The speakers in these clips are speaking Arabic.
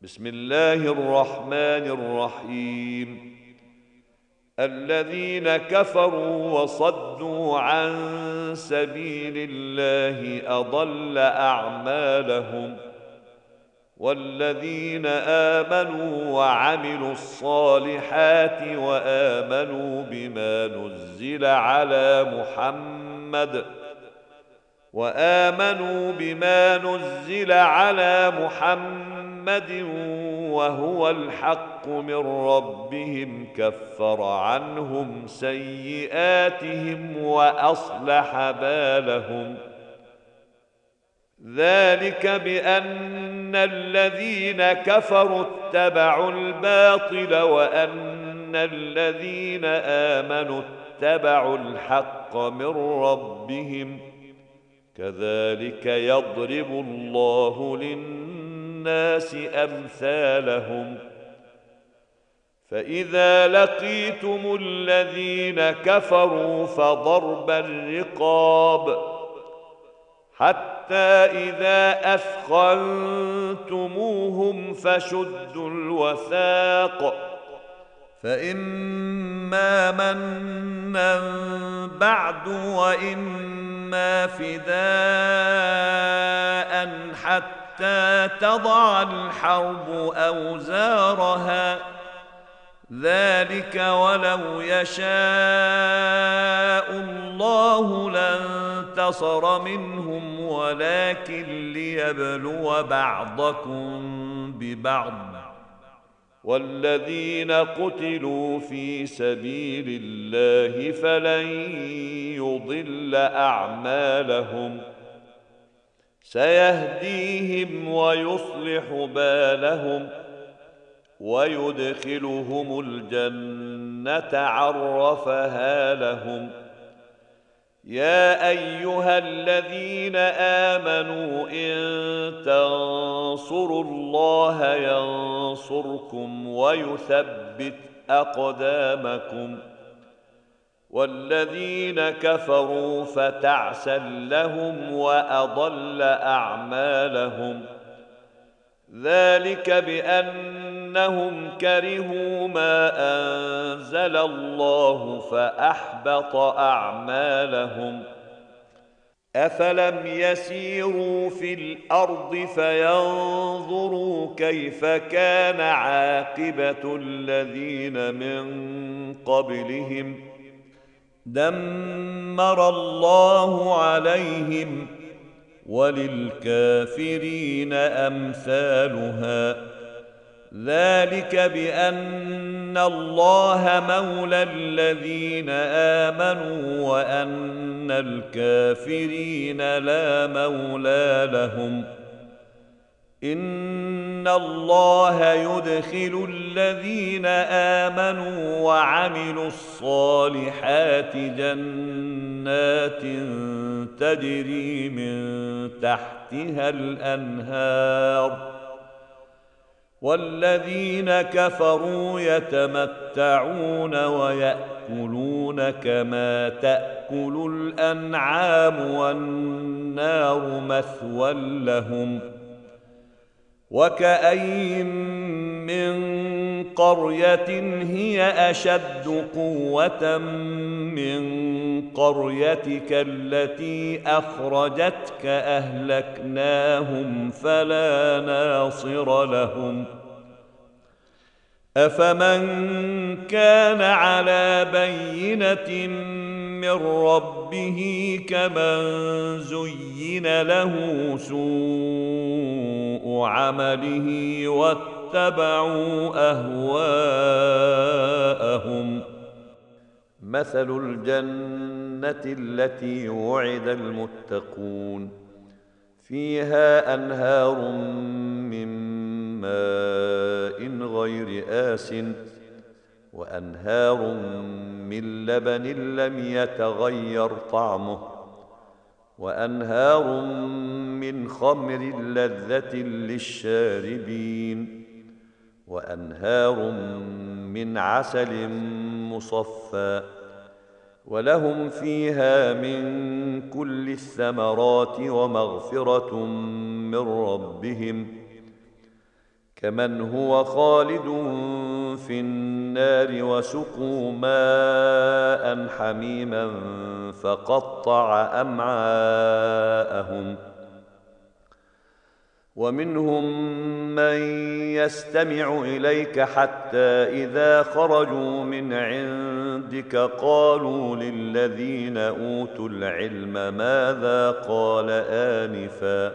بسم الله الرحمن الرحيم. الذين كفروا وصدوا عن سبيل الله أضل أعمالهم، والذين آمنوا وعملوا الصالحات وآمنوا بما نزل على محمد وهو الحق من ربهم كفر عنهم سيئاتهم وأصلح بالهم. ذلك بأن الذين كفروا اتبعوا الباطل وأن الذين آمنوا اتبعوا الحق من ربهم، كذلك يضرب الله للناس أمثالهم. فإذا لقيتم الذين كفروا فضرب الرقاب حتى إذا أثخنتموهم فشدوا الوثاق، فإما منا بعد وإما فداء حتى تضع الحرب أوزارها، ذلك ولو يشاء الله لانتصر منهم ولكن ليبلو بعضكم ببعض، والذين قتلوا في سبيل الله فلن يضل أعمالهم، سيهديهم ويصلح بالهم ويدخلهم الجنة عرفها لهم. يا أيها الذين آمنوا إن تنصروا الله ينصركم ويثبت أقدامكم، والذين كفروا فتعسا لهم وأضل أعمالهم. ذلك بأنهم كرهوا ما أنزل الله فأحبط أعمالهم. أفلم يسيروا في الأرض فينظروا كيف كان عاقبة الذين من قبلهم، دمر الله عليهم وللكافرين أمثالها. ذلك بأن الله مولى الذين آمنوا وأن الكافرين لا مولى لهم. إن الله يدخل الذين آمنوا وعملوا الصالحات جنات تجري من تحتها الأنهار، والذين كفروا يتمتعون ويأكلون كما تأكل الأنعام والنار مثوى لهم. وكأين من قرية هي أشد قوة من قريتك التي أخرجتك أهلكناهم فلا ناصر لهم. أفمن كان على بينة من ربه كمن زين له سوء عمله واتبعوا أهواءهم. مثل الجنة التي وعد المتقون فيها أنهار من ماء غير آسٍ وأنهار من لبن لم يتغير طعمه وأنهار من خمر لذة للشاربين وأنهار من عسل مصفى، ولهم فيها من كل الثمرات ومغفرة من ربهم، كمن هو خالد في النار وسقوا ماء حميما فقطع أمعاءهم. ومنهم من يستمع إليك حتى إذا خرجوا من عندك قالوا للذين أوتوا العلم ماذا قال آنفا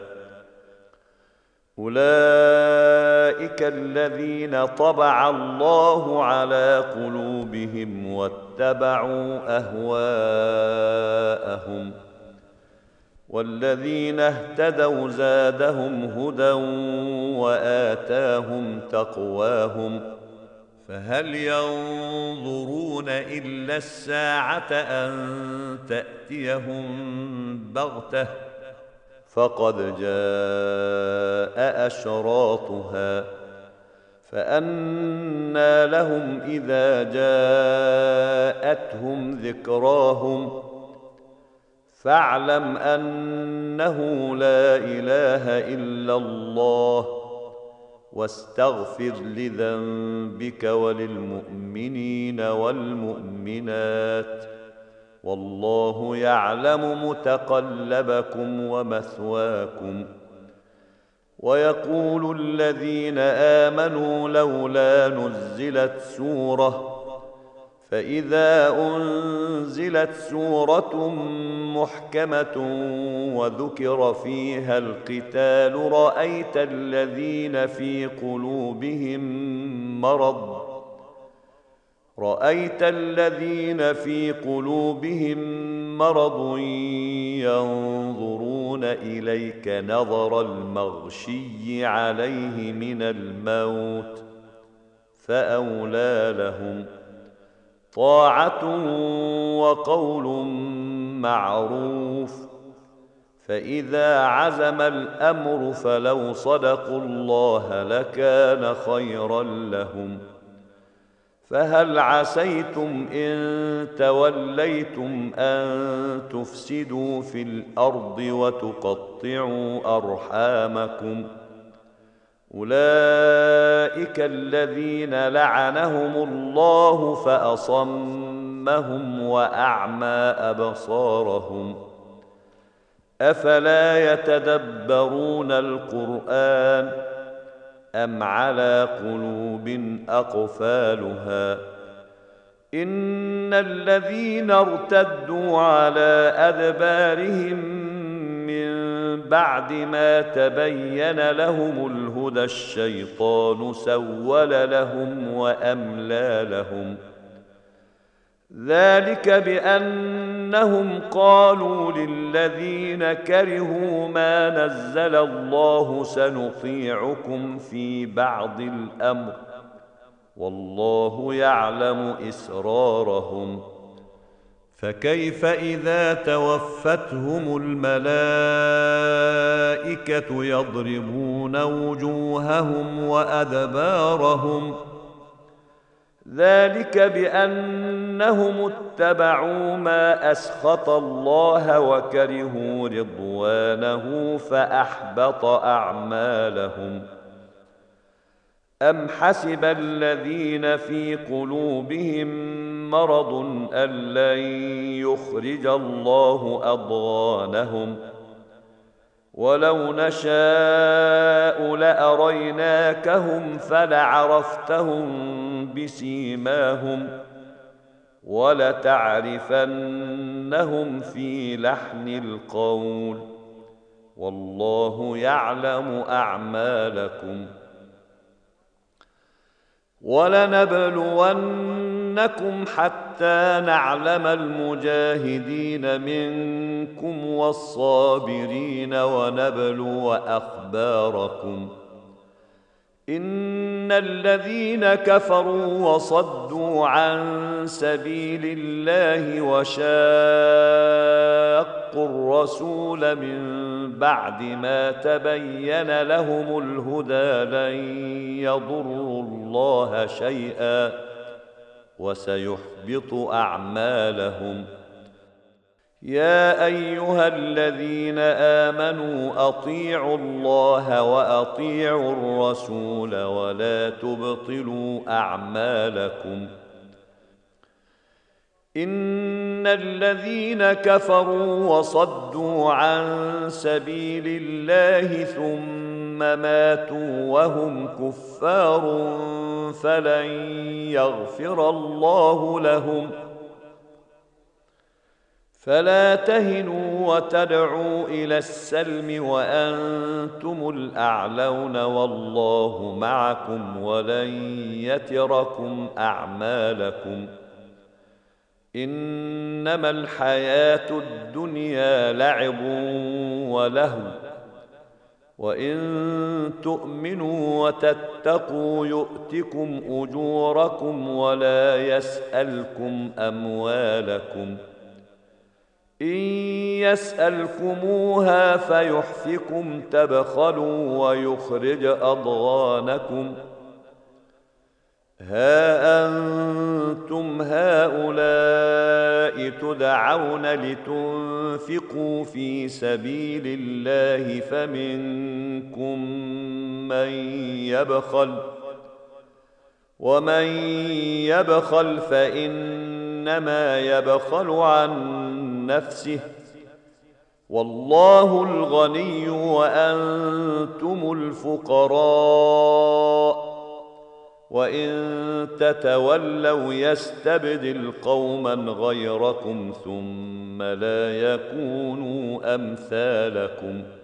أولئك الذين طبع الله على قلوبهم واتبعوا أهواءهم والذين اهتدوا زادهم هدى وآتاهم تقواهم فهل ينظرون إلا الساعة أن تأتيهم بغتة فقد جاء أشراطها فأنى لهم إذا جاءتهم ذكراهم فاعلم أنه لا إله إلا الله واستغفر لذنبك وللمؤمنين والمؤمنات والله يعلم متقلبكم ومثواكم. ويقول الذين آمنوا لولا نزلت سورة فإذا أنزلت سورة محكمة وذكر فيها القتال رأيت الذين في قلوبهم مرض ينظرون إليك نظر المغشي عليه من الموت فأولى لهم طاعة وقول معروف فإذا عزم الأمر فلو صدقوا الله لكان خيرا لهم. فهل عسيتم إن توليتم أن تفسدوا في الأرض وتقطعوا أرحامكم أولئك الذين لعنهم الله فأصمهم وأعمى أبصارهم أفلا يتدبرون القرآن أم على قلوب أقفالها إن الذين ارتدوا على أدبارهم من بعد ما تبين لهم الهدى الشيطان سول لهم وأملى لهم ذلك بأنهم قالوا للذين كرهوا ما نزل الله سنطيعكم في بعض الأمر والله يعلم إسرارهم فكيف إذا توفتهم الملائكة يضربون وجوههم وأدبارهم ذلك بأنهم اتبعوا ما أسخط الله وكرهوا رضوانه فأحبط أعمالهم أم حسب الذين في قلوبهم مرض أن لن يخرج الله أضغانهم ولو نشاء لأريناكهم فلعرفتهم بسيماهم ولتعرفنهم في لحن القول والله يعلم أعمالكم ولنبلونكم حتى نعلم المجاهدين منكم والصابرين ونبلو أخباركم إن الذين كفروا وصدوا عن سبيل الله وشاقوا الرسول من بعد ما تبين لهم الهدى لن يضروا الله شيئا وسيحبط أعمالهم يا أيها الذين آمنوا أطيعوا الله وأطيعوا الرسول ولا تبطلوا أعمالكم إن الذين كفروا وصدوا عن سبيل الله ثم ماتوا وهم كفار فلن يغفر الله لهم فلا تهنوا وتدعوا إلى السلم وأنتم الأعلون والله معكم ولن يتركم أعمالكم إنما الحياة الدنيا لعب ولهو وإن تؤمنوا وتتقوا يؤتكم أجوركم ولا يسألكم أموالكم إن يسألكموها فيحفكم تبخلوا ويخرج أضغانكم ها أنتم هؤلاء تدعون لتنفقوا في سبيل الله فمنكم من يبخل ومن يبخل فإنما يبخل عن نفسه والله الغني وأنتم الفقراء وإن تتولوا يستبدل قوما غيركم ثم لا يكونوا أمثالكم